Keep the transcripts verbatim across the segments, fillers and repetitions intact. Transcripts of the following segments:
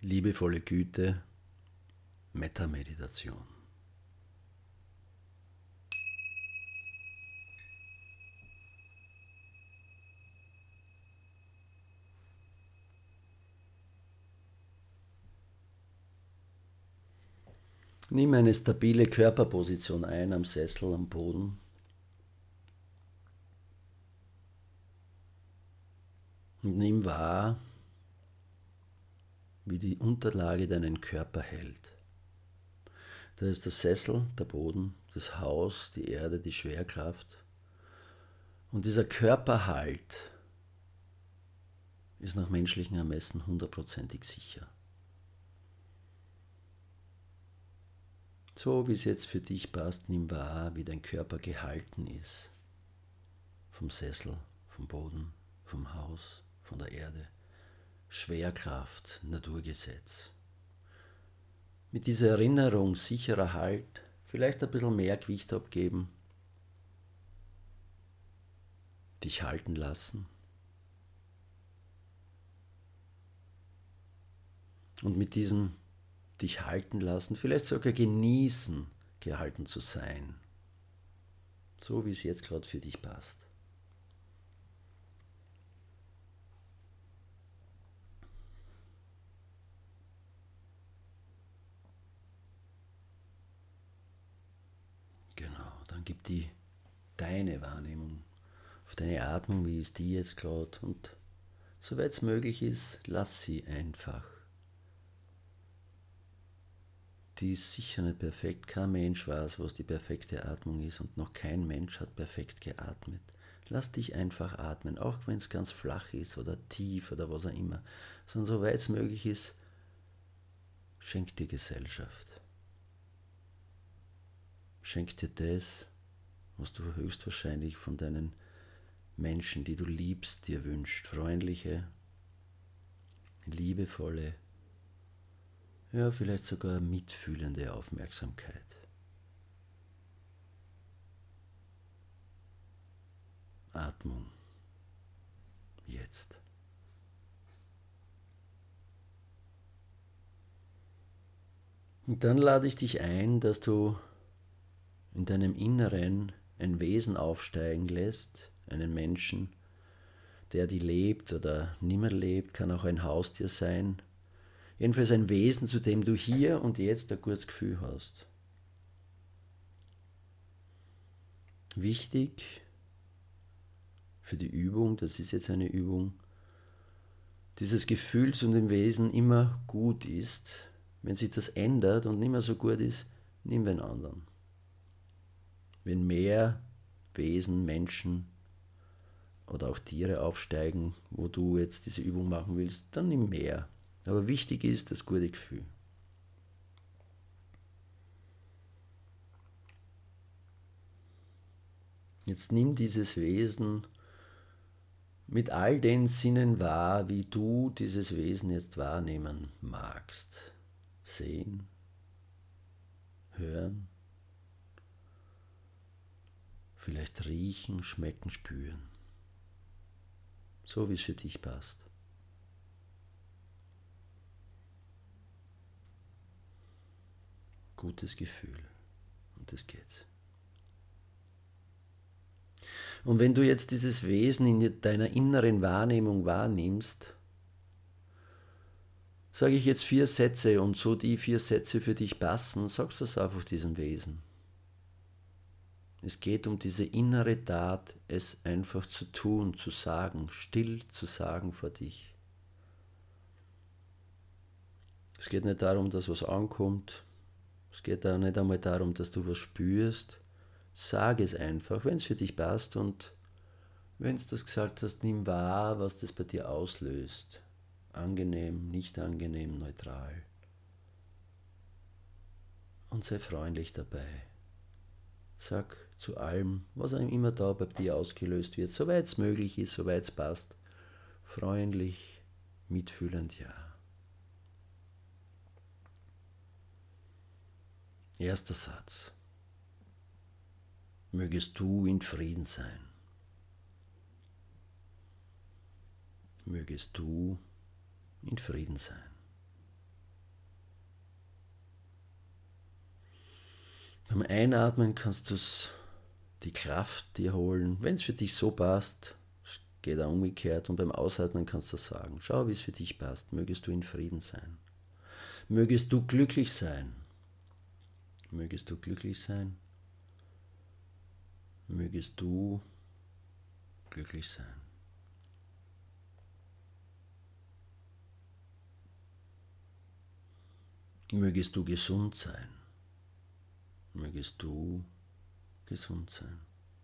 liebevolle Güte, Metta-Meditation. Nimm eine stabile Körperposition ein am Sessel, am Boden. Und nimm wahr, wie die Unterlage deinen Körper hält. Da ist der Sessel, der Boden, das Haus, die Erde, die Schwerkraft. Und dieser Körperhalt ist nach menschlichem Ermessen hundertprozentig sicher. So wie es jetzt für dich passt, nimm wahr, wie dein Körper gehalten ist. Vom Sessel, vom Boden, vom Haus, von der Erde. Schwerkraft, Naturgesetz. Mit dieser Erinnerung, sicherer Halt, vielleicht ein bisschen mehr Gewicht abgeben, dich halten lassen. Und mit diesem dich halten lassen, vielleicht sogar genießen, gehalten zu sein. So wie es jetzt gerade für dich passt. Genau, dann gib die deine Wahrnehmung auf deine Atmung, wie ist die jetzt gerade, und soweit es möglich ist, lass sie einfach. Die ist sicher nicht perfekt. Kein Mensch weiß, was die perfekte Atmung ist, und noch kein Mensch hat perfekt geatmet. Lass dich einfach atmen, auch wenn es ganz flach ist oder tief oder was auch immer. Sondern soweit es möglich ist, schenk dir Gesellschaft. Schenk dir das, was du höchstwahrscheinlich von deinen Menschen, die du liebst, dir wünscht. Freundliche, liebevolle, ja, vielleicht sogar mitfühlende Aufmerksamkeit. Atmung. Jetzt. Und dann lade ich dich ein, dass du in deinem Inneren ein Wesen aufsteigen lässt, einen Menschen, der die lebt oder nimmer lebt, kann auch ein Haustier sein. Jedenfalls ein Wesen, zu dem du hier und jetzt ein gutes Gefühl hast. Wichtig für die Übung, das ist jetzt eine Übung, dieses Gefühl zu dem Wesen immer gut ist. Wenn sich das ändert und nicht mehr so gut ist, nimm einen anderen. Wenn mehr Wesen, Menschen oder auch Tiere aufsteigen, wo du jetzt diese Übung machen willst, dann nimm mehr. Aber wichtig ist das gute Gefühl. Jetzt nimm dieses Wesen mit all den Sinnen wahr, wie du dieses Wesen jetzt wahrnehmen magst. Sehen, hören, vielleicht riechen, schmecken, spüren. So wie es für dich passt. Gutes Gefühl. Und das geht's. Und wenn du jetzt dieses Wesen in deiner inneren Wahrnehmung wahrnimmst, sage ich jetzt vier Sätze, und so die vier Sätze für dich passen, sagst du es einfach diesem Wesen. Es geht um diese innere Tat, es einfach zu tun, zu sagen, still zu sagen vor dich. Es geht nicht darum, dass was ankommt. Es geht auch nicht einmal darum, dass du was spürst. Sag es einfach, wenn es für dich passt, und wenn du das gesagt hast, nimm wahr, was das bei dir auslöst. Angenehm, nicht angenehm, neutral. Und sei freundlich dabei. Sag zu allem, was einem immer da bei dir ausgelöst wird, soweit es möglich ist, soweit es passt, freundlich, mitfühlend, ja. Erster Satz. Mögest du in Frieden sein. Mögest du in Frieden sein. Beim Einatmen kannst du die Kraft dir holen, wenn es für dich so passt, geht auch umgekehrt. Und beim Ausatmen kannst du sagen, schau, wie es für dich passt. Mögest du in Frieden sein. Mögest du glücklich sein. Mögest du glücklich sein. Mögest du glücklich sein. Mögest du gesund sein. Mögest du gesund sein.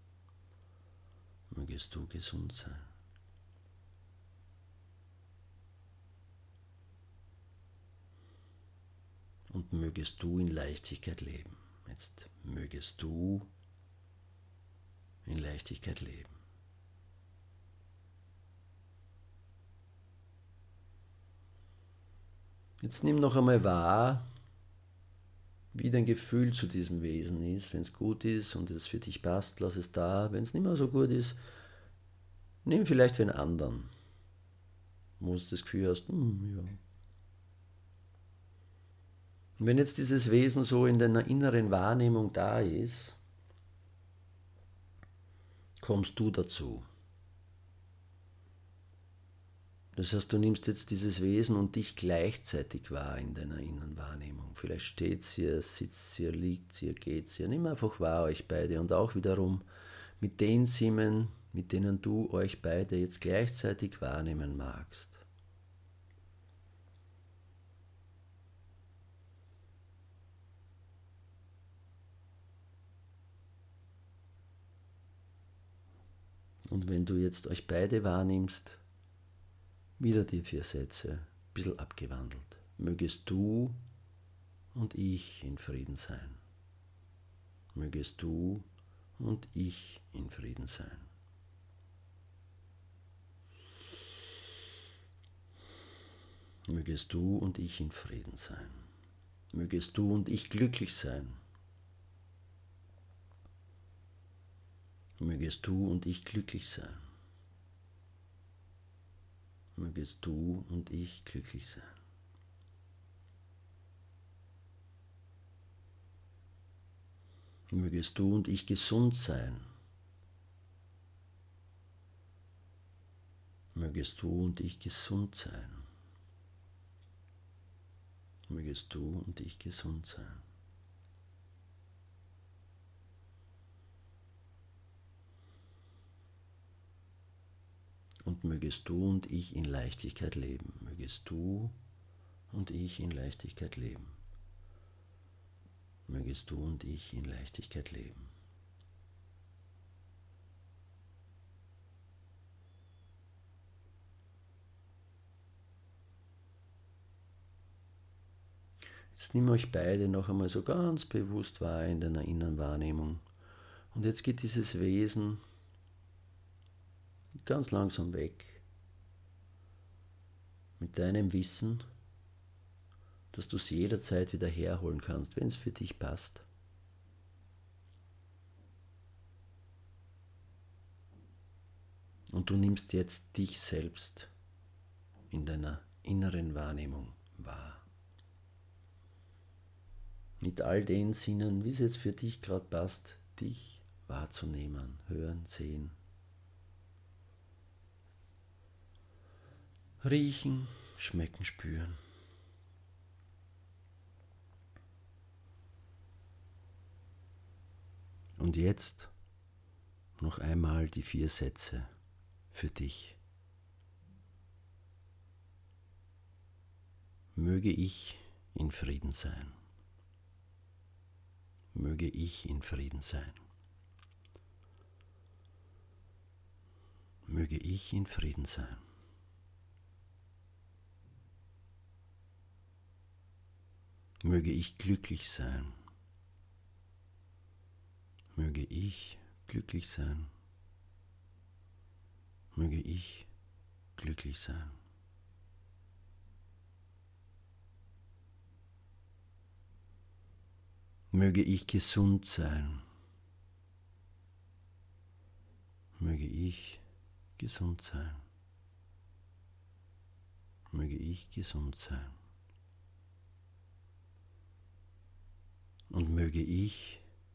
Mögest du gesund sein. Und mögest du in Leichtigkeit leben. Jetzt mögest du in Leichtigkeit leben. Jetzt nimm noch einmal wahr, wie dein Gefühl zu diesem Wesen ist. Wenn es gut ist und es für dich passt, lass es da. Wenn es nicht mehr so gut ist, nimm vielleicht für einen anderen, wo du das Gefühl hast, hm, ja. Und wenn jetzt dieses Wesen so in deiner inneren Wahrnehmung da ist, kommst du dazu. Das heißt, du nimmst jetzt dieses Wesen und dich gleichzeitig wahr in deiner inneren Wahrnehmung. Vielleicht steht sie hier, sitzt sie hier, liegt sie hier, geht sie hier. Nimm einfach wahr euch beide und auch wiederum mit den Sinnen, mit denen du euch beide jetzt gleichzeitig wahrnehmen magst. Und wenn du jetzt euch beide wahrnimmst, wieder die vier Sätze, ein bisschen abgewandelt. Mögest du und ich in Frieden sein. Mögest du und ich in Frieden sein. Mögest du und ich in Frieden sein. Mögest du und ich glücklich sein. Mögest du und ich glücklich sein. Mögest du und ich glücklich sein. Mögest du und ich gesund sein. Mögest du und ich gesund sein. Mögest du und ich gesund sein. Und mögest du und ich in Leichtigkeit leben. Mögest du und ich in Leichtigkeit leben. Mögest du und ich in Leichtigkeit leben. Jetzt nimm euch beide noch einmal so ganz bewusst wahr in deiner inneren Wahrnehmung. Und jetzt geht dieses Wesen ganz langsam weg. Mit deinem Wissen, dass du es jederzeit wieder herholen kannst, wenn es für dich passt. Und du nimmst jetzt dich selbst in deiner inneren Wahrnehmung wahr. Mit all den Sinnen, wie es jetzt für dich gerade passt, dich wahrzunehmen, hören, sehen, riechen, schmecken, spüren. Und jetzt noch einmal die vier Sätze für dich. Möge ich in Frieden sein. Möge ich in Frieden sein. Möge ich in Frieden sein. Möge ich glücklich sein. Möge ich glücklich sein. Möge ich glücklich sein. Möge ich gesund sein. Möge ich gesund sein. Möge ich gesund sein. Und möge ich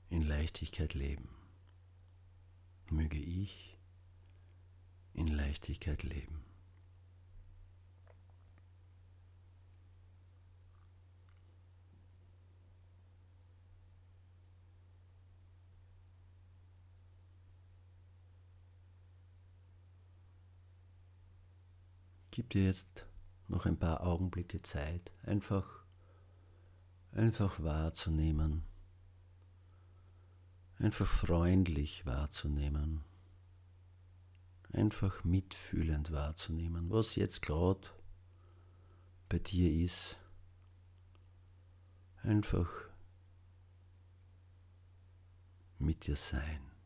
in Leichtigkeit leben. Möge ich in Leichtigkeit leben. Gib dir jetzt noch ein paar Augenblicke Zeit, einfach, einfach wahrzunehmen, einfach freundlich wahrzunehmen, einfach mitfühlend wahrzunehmen, was jetzt gerade bei dir ist, einfach mit dir sein.